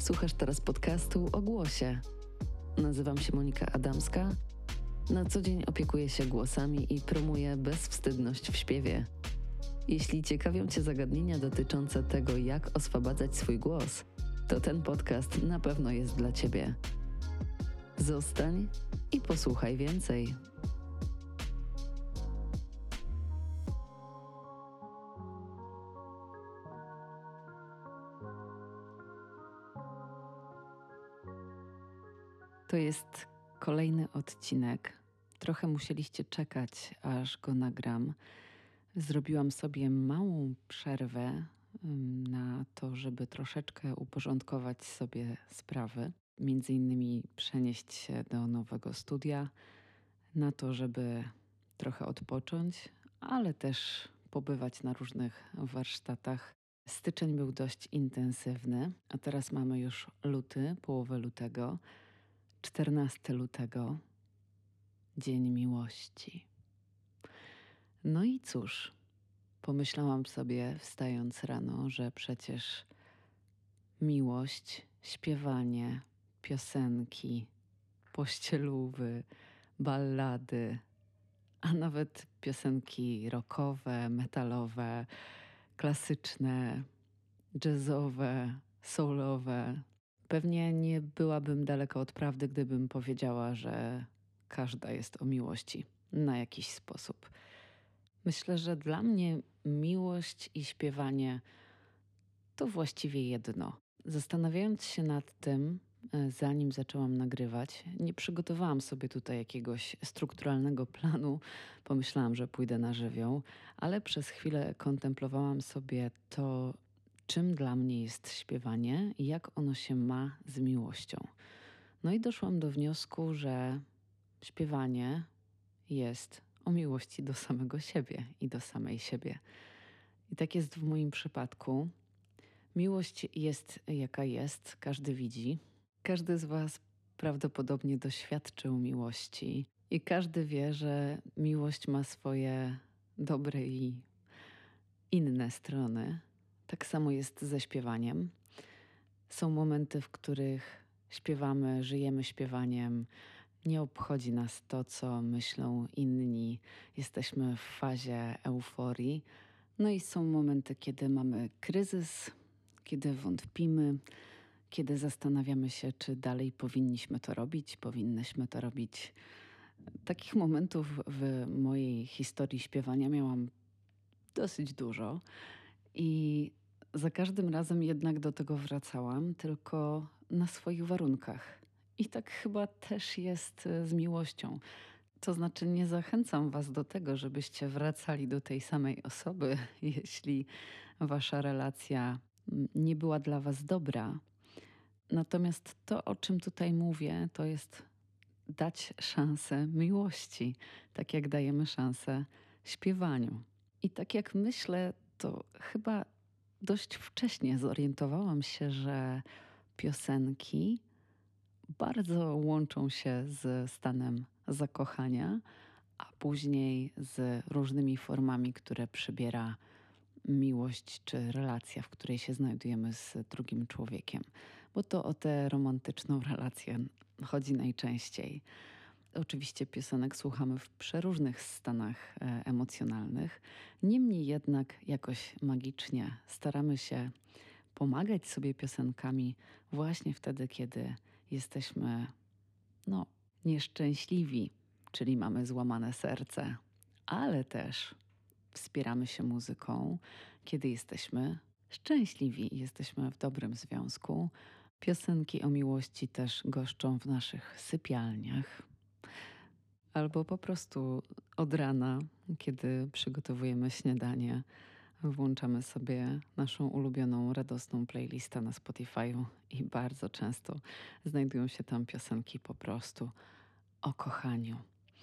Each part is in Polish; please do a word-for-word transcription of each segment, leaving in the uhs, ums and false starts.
Słuchasz teraz podcastu o głosie. Nazywam się Monika Adamska. Na co dzień opiekuję się głosami i promuję bezwstydność w śpiewie. Jeśli ciekawią Cię zagadnienia dotyczące tego, jak oswabadzać swój głos, to ten podcast na pewno jest dla Ciebie. Zostań i posłuchaj więcej. To jest kolejny odcinek. Trochę musieliście czekać, aż go nagram. Zrobiłam sobie małą przerwę na to, żeby troszeczkę uporządkować sobie sprawy. Między innymi przenieść się do nowego studia, na to, żeby trochę odpocząć, ale też pobywać na różnych warsztatach. Styczeń był dość intensywny, a teraz mamy już luty, połowę lutego. czternastego lutego, Dzień Miłości. No i cóż, pomyślałam sobie, wstając rano, że przecież miłość, śpiewanie, piosenki, pościelówy, ballady, a nawet piosenki rockowe, metalowe, klasyczne, jazzowe, soulowe. Pewnie nie byłabym daleko od prawdy, gdybym powiedziała, że każda jest o miłości na jakiś sposób. Myślę, że dla mnie miłość i śpiewanie to właściwie jedno. Zastanawiając się nad tym, zanim zaczęłam nagrywać, nie przygotowałam sobie tutaj jakiegoś strukturalnego planu. Pomyślałam, że pójdę na żywioł, ale przez chwilę kontemplowałam sobie to, czym dla mnie jest śpiewanie i jak ono się ma z miłością. No i doszłam do wniosku, że śpiewanie jest o miłości do samego siebie i do samej siebie. I tak jest w moim przypadku. Miłość jest jaka jest, każdy widzi. Każdy z Was prawdopodobnie doświadczył miłości i każdy wie, że miłość ma swoje dobre i inne strony. Tak samo jest ze śpiewaniem. Są momenty, w których śpiewamy, żyjemy śpiewaniem. Nie obchodzi nas to, co myślą inni. Jesteśmy w fazie euforii. No i są momenty, kiedy mamy kryzys, kiedy wątpimy, kiedy zastanawiamy się, czy dalej powinniśmy to robić, powinnyśmy to robić. Takich momentów w mojej historii śpiewania miałam dosyć dużo. I za każdym razem jednak do tego wracałam, tylko na swoich warunkach. I tak chyba też jest z miłością. To znaczy nie zachęcam Was do tego, żebyście wracali do tej samej osoby, jeśli Wasza relacja nie była dla Was dobra. Natomiast to, o czym tutaj mówię, to jest dać szansę miłości, tak jak dajemy szansę śpiewaniu. I tak jak myślę, to chyba dość wcześnie zorientowałam się, że piosenki bardzo łączą się z stanem zakochania, a później z różnymi formami, które przybiera miłość czy relacja, w której się znajdujemy z drugim człowiekiem. Bo to o tę romantyczną relację chodzi najczęściej. Oczywiście piosenek słuchamy w przeróżnych stanach e, emocjonalnych. Niemniej jednak jakoś magicznie staramy się pomagać sobie piosenkami właśnie wtedy, kiedy jesteśmy no, nieszczęśliwi, czyli mamy złamane serce, ale też wspieramy się muzyką, kiedy jesteśmy szczęśliwi i jesteśmy w dobrym związku. Piosenki o miłości też goszczą w naszych sypialniach. Albo po prostu od rana, kiedy przygotowujemy śniadanie, włączamy sobie naszą ulubioną, radosną playlistę na Spotify'u i bardzo często znajdują się tam piosenki po prostu o kochaniu.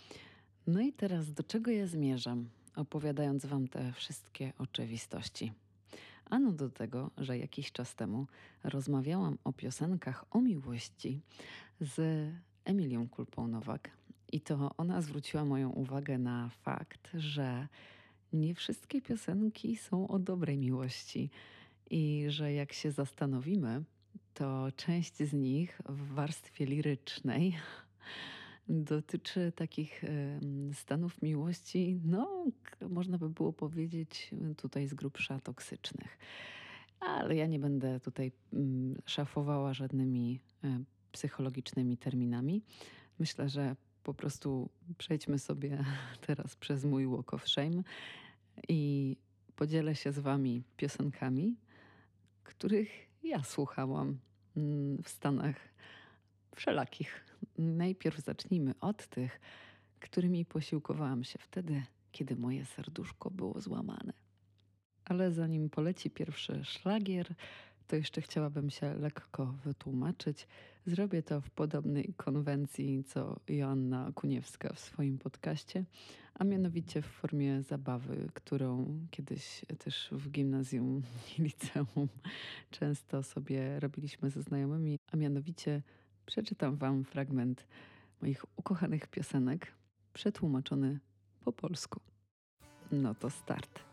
No i teraz do czego ja zmierzam, opowiadając Wam te wszystkie oczywistości? Ano do tego, że jakiś czas temu rozmawiałam o piosenkach o miłości z Emilią Kulpą-Nowak. I to ona zwróciła moją uwagę na fakt, że nie wszystkie piosenki są o dobrej miłości i że jak się zastanowimy, to część z nich w warstwie lirycznej dotyczy takich em, stanów miłości, no, k- można by było powiedzieć tutaj z grubsza toksycznych. Ale ja nie będę tutaj mm, szafowała żadnymi e, psychologicznymi terminami. Myślę, że po prostu przejdźmy sobie teraz przez mój walk of shame i podzielę się z wami piosenkami, których ja słuchałam mm, w Stanach wszelakich. Najpierw zacznijmy od tych, którymi posiłkowałam się wtedy, kiedy moje serduszko było złamane. Ale zanim poleci pierwszy szlagier, to jeszcze chciałabym się lekko wytłumaczyć. Zrobię to w podobnej konwencji, co Joanna Kuniewska w swoim podcaście, a mianowicie w formie zabawy, którą kiedyś też w gimnazjum i liceum często sobie robiliśmy ze znajomymi, a mianowicie przeczytam wam fragment moich ukochanych piosenek, przetłumaczony po polsku. No to start.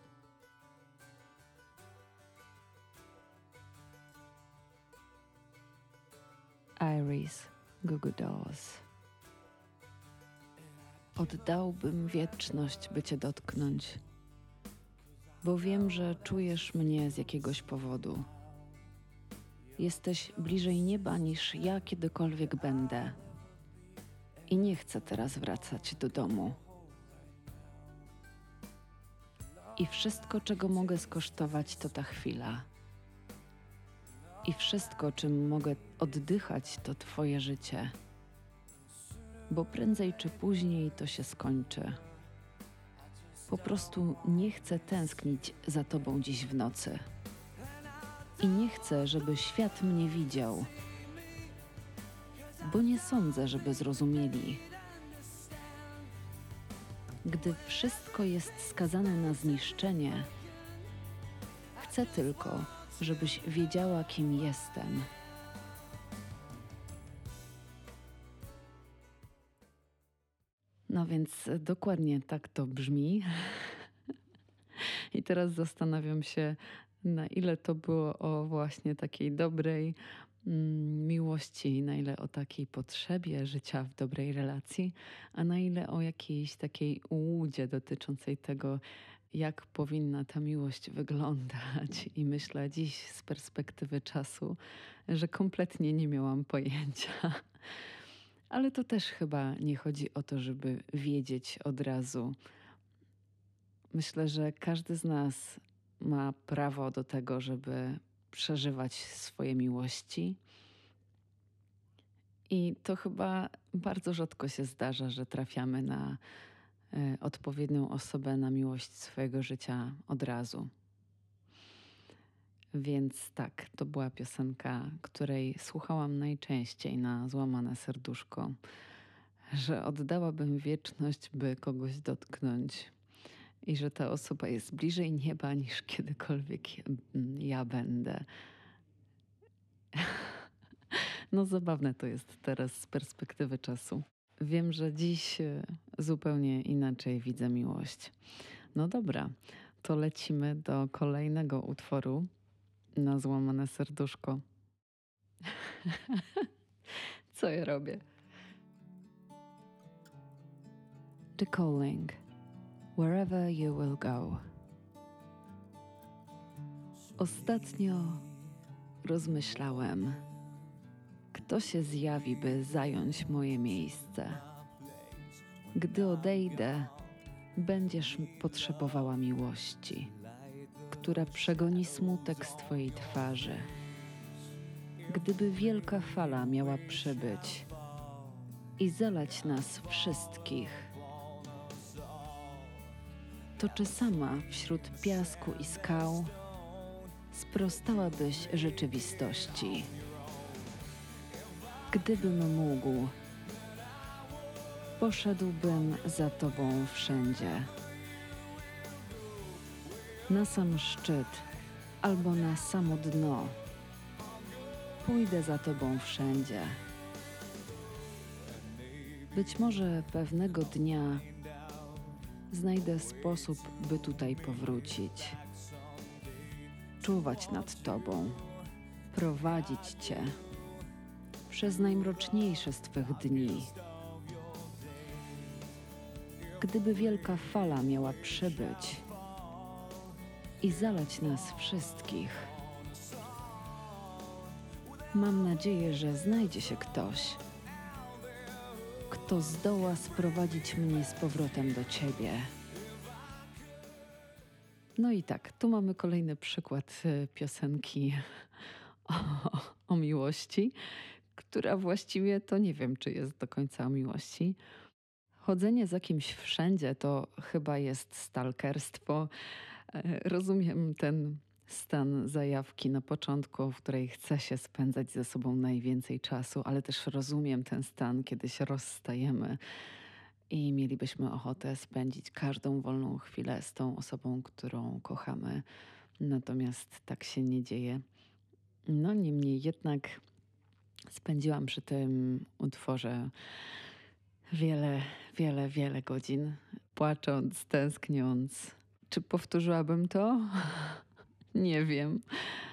Iris Goo Dolls. Oddałbym wieczność, by cię dotknąć, bo wiem, że czujesz mnie z jakiegoś powodu. Jesteś bliżej nieba niż ja kiedykolwiek będę i nie chcę teraz wracać do domu. I wszystko, czego mogę skosztować, to ta chwila. I wszystko, czym mogę oddychać, to twoje życie. Bo prędzej czy później to się skończy. Po prostu nie chcę tęsknić za tobą dziś w nocy. I nie chcę, żeby świat mnie widział. Bo nie sądzę, żeby zrozumieli. Gdy wszystko jest skazane na zniszczenie, chcę tylko, żebyś wiedziała, kim jestem. No więc dokładnie tak to brzmi. I teraz zastanawiam się, na ile to było o właśnie takiej dobrej mm, miłości, na ile o takiej potrzebie życia w dobrej relacji, a na ile o jakiejś takiej ułudzie dotyczącej tego, jak powinna ta miłość wyglądać. I myślę dziś z perspektywy czasu, że kompletnie nie miałam pojęcia. Ale to też chyba nie chodzi o to, żeby wiedzieć od razu. Myślę, że każdy z nas ma prawo do tego, żeby przeżywać swoje miłości. I to chyba bardzo rzadko się zdarza, że trafiamy na e, odpowiednią osobę na miłość swojego życia od razu. Więc tak, to była piosenka, której słuchałam najczęściej na złamane serduszko, że oddałabym wieczność, by kogoś dotknąć i że ta osoba jest bliżej nieba niż kiedykolwiek ja będę. No zabawne to jest teraz z perspektywy czasu. Wiem, że dziś e, zupełnie inaczej widzę miłość. No dobra, to lecimy do kolejnego utworu na złamane serduszko. Co ja robię? The Calling. Wherever you will go. Ostatnio rozmyślałem, kto się zjawi, by zająć moje miejsce. Gdy odejdę, będziesz potrzebowała miłości, która przegoni smutek z twojej twarzy. Gdyby wielka fala miała przybyć i zalać nas wszystkich, to czy sama wśród piasku i skał sprostałabyś rzeczywistości? Gdybym mógł, poszedłbym za tobą wszędzie. Na sam szczyt albo na samo dno. Pójdę za tobą wszędzie. Być może pewnego dnia znajdę sposób, by tutaj powrócić. Czuwać nad tobą, prowadzić Cię przez najmroczniejsze z Twych dni. Gdyby wielka fala miała przybyć i zalać nas wszystkich, mam nadzieję, że znajdzie się ktoś, kto zdoła sprowadzić mnie z powrotem do Ciebie. No i tak, tu mamy kolejny przykład y, piosenki o, o miłości, która właściwie to nie wiem, czy jest do końca o miłości. Chodzenie za kimś wszędzie to chyba jest stalkerstwo. E, Rozumiem ten stan zajawki na początku, w której chce się spędzać ze sobą najwięcej czasu, ale też rozumiem ten stan, kiedy się rozstajemy i mielibyśmy ochotę spędzić każdą wolną chwilę z tą osobą, którą kochamy. Natomiast tak się nie dzieje. No niemniej jednak spędziłam przy tym utworze wiele, wiele, wiele godzin, płacząc, tęskniąc. Czy powtórzyłabym to? Nie wiem.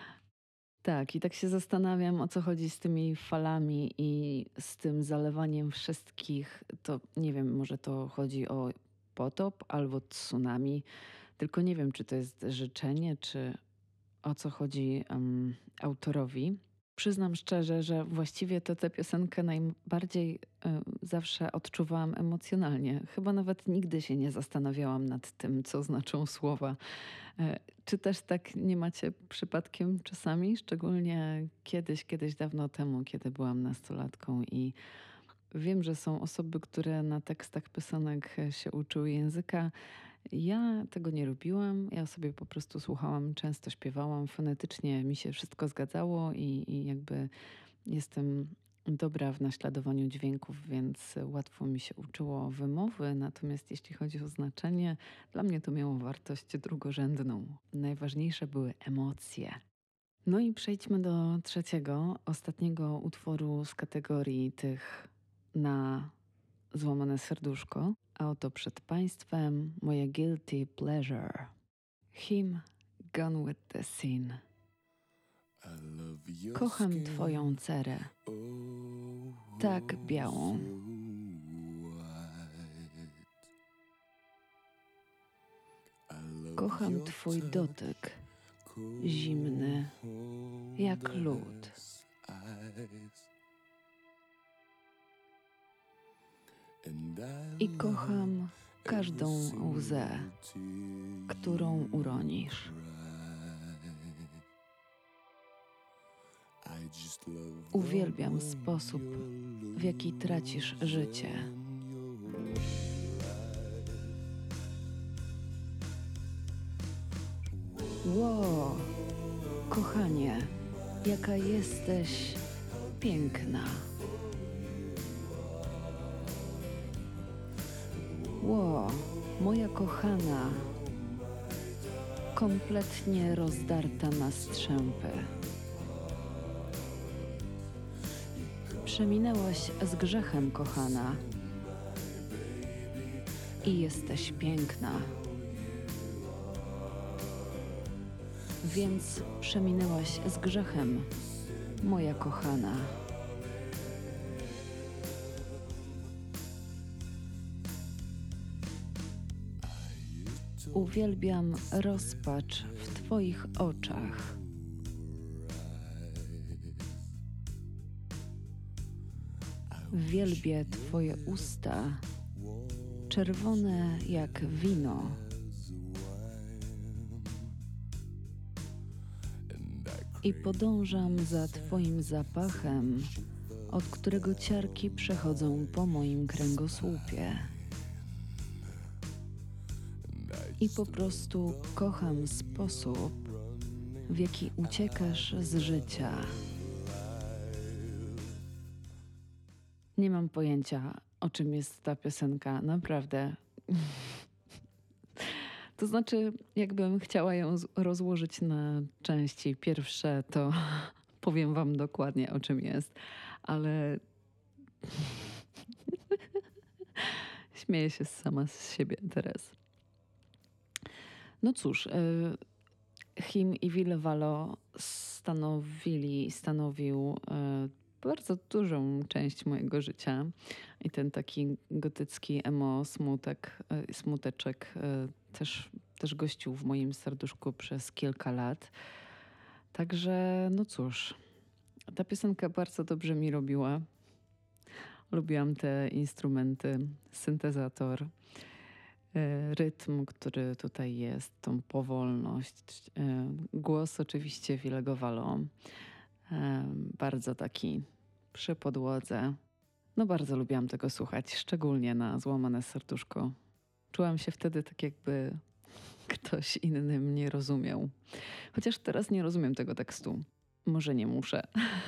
Tak, i tak się zastanawiam, o co chodzi z tymi falami i z tym zalewaniem wszystkich. To nie wiem, może to chodzi o potop albo tsunami, tylko nie wiem, czy to jest życzenie, czy o co chodzi em, autorowi. Przyznam szczerze, że właściwie to tę piosenkę najbardziej e, zawsze odczuwałam emocjonalnie. Chyba nawet nigdy się nie zastanawiałam nad tym, co znaczą słowa. E, Czy też tak nie macie przypadkiem czasami? Szczególnie kiedyś, kiedyś dawno temu, kiedy byłam nastolatką i wiem, że są osoby, które na tekstach piosenek e, się uczyły języka. Ja tego nie robiłam. Ja sobie po prostu słuchałam, często śpiewałam. Fonetycznie mi się wszystko zgadzało i, i jakby jestem dobra w naśladowaniu dźwięków, więc łatwo mi się uczyło wymowy. Natomiast jeśli chodzi o znaczenie, dla mnie to miało wartość drugorzędną. Najważniejsze były emocje. No i przejdźmy do trzeciego, ostatniego utworu z kategorii tych na złamane serduszko. A oto przed Państwem moje guilty pleasure. Him Gone with the Scene. Kocham Twoją cerę, tak białą. Kocham Twój dotyk, zimny jak lód. I kocham każdą łzę, którą uronisz. Uwielbiam sposób, w jaki tracisz życie. Ło, kochanie, jaka jesteś piękna. Ło, moja kochana, kompletnie rozdarta na strzępy. Przeminęłaś z grzechem, kochana, i jesteś piękna. Więc przeminęłaś z grzechem, moja kochana. Uwielbiam rozpacz w Twoich oczach. Wielbię Twoje usta, czerwone jak wino. I podążam za Twoim zapachem, od którego ciarki przechodzą po moim kręgosłupie. I po prostu kocham sposób, w jaki uciekasz z życia. Nie mam pojęcia, o czym jest ta piosenka, naprawdę. To znaczy, jakbym chciała ją z- rozłożyć na części pierwsze, to powiem wam dokładnie, o czym jest, ale śmieję się sama z siebie teraz. No cóż, y, Him i Ville Valo stanowili, stanowił e, bardzo dużą część mojego życia i ten taki gotycki emo smutek, e, smuteczek e, też, też gościł w moim serduszku przez kilka lat. Także no cóż, ta piosenka bardzo dobrze mi robiła. Lubiłam te instrumenty, syntezator, e, rytm, który tutaj jest, tą powolność. e, Głos oczywiście Willego Valo, e, bardzo taki przy podłodze. No bardzo lubiłam tego słuchać, szczególnie na Złamane serduszko. Czułam się wtedy tak, jakby ktoś inny mnie rozumiał. Chociaż teraz nie rozumiem tego tekstu. Może nie muszę.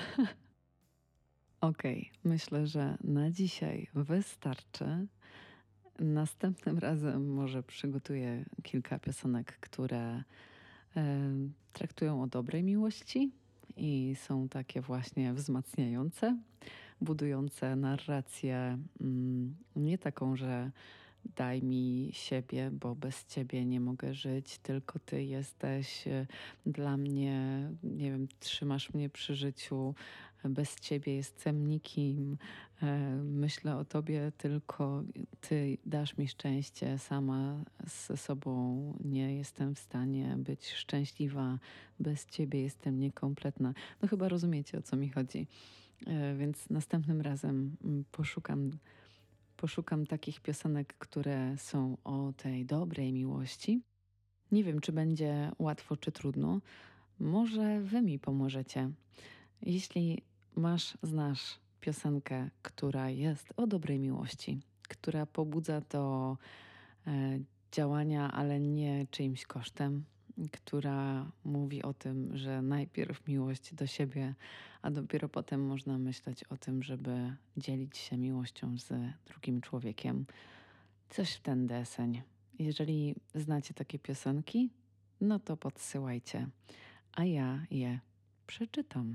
Okej, myślę, że na dzisiaj wystarczy. Następnym razem może przygotuję kilka piosenek, które e, traktują o dobrej miłości i są takie właśnie wzmacniające, budujące narrację, mm, nie taką, że daj mi siebie, bo bez ciebie nie mogę żyć, tylko ty jesteś e, dla mnie, nie wiem, trzymasz mnie przy życiu, bez ciebie jestem nikim, e, myślę o tobie, tylko ty dasz mi szczęście, sama ze sobą nie jestem w stanie być szczęśliwa, bez ciebie jestem niekompletna. No chyba rozumiecie, o co mi chodzi. E, Więc następnym razem mm, poszukam, poszukam takich piosenek, które są o tej dobrej miłości. Nie wiem, czy będzie łatwo, czy trudno. Może wy mi pomożecie. Jeśli masz, znasz piosenkę, która jest o dobrej miłości, która pobudza do e, działania, ale nie czyimś kosztem, która mówi o tym, że najpierw miłość do siebie, a dopiero potem można myśleć o tym, żeby dzielić się miłością z drugim człowiekiem. Coś w ten deseń. Jeżeli znacie takie piosenki, no to podsyłajcie, a ja je przeczytam.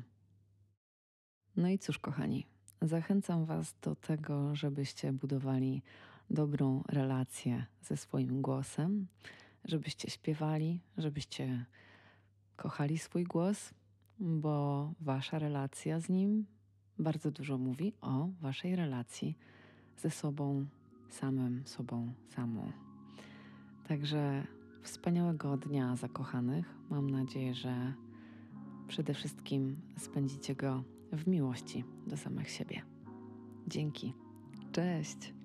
No i cóż, kochani, zachęcam Was do tego, żebyście budowali dobrą relację ze swoim głosem, żebyście śpiewali, żebyście kochali swój głos, bo Wasza relacja z nim bardzo dużo mówi o Waszej relacji ze sobą, samym sobą, samą. Także wspaniałego dnia zakochanych. Mam nadzieję, że przede wszystkim spędzicie go w miłości do samych siebie. Dzięki. Cześć.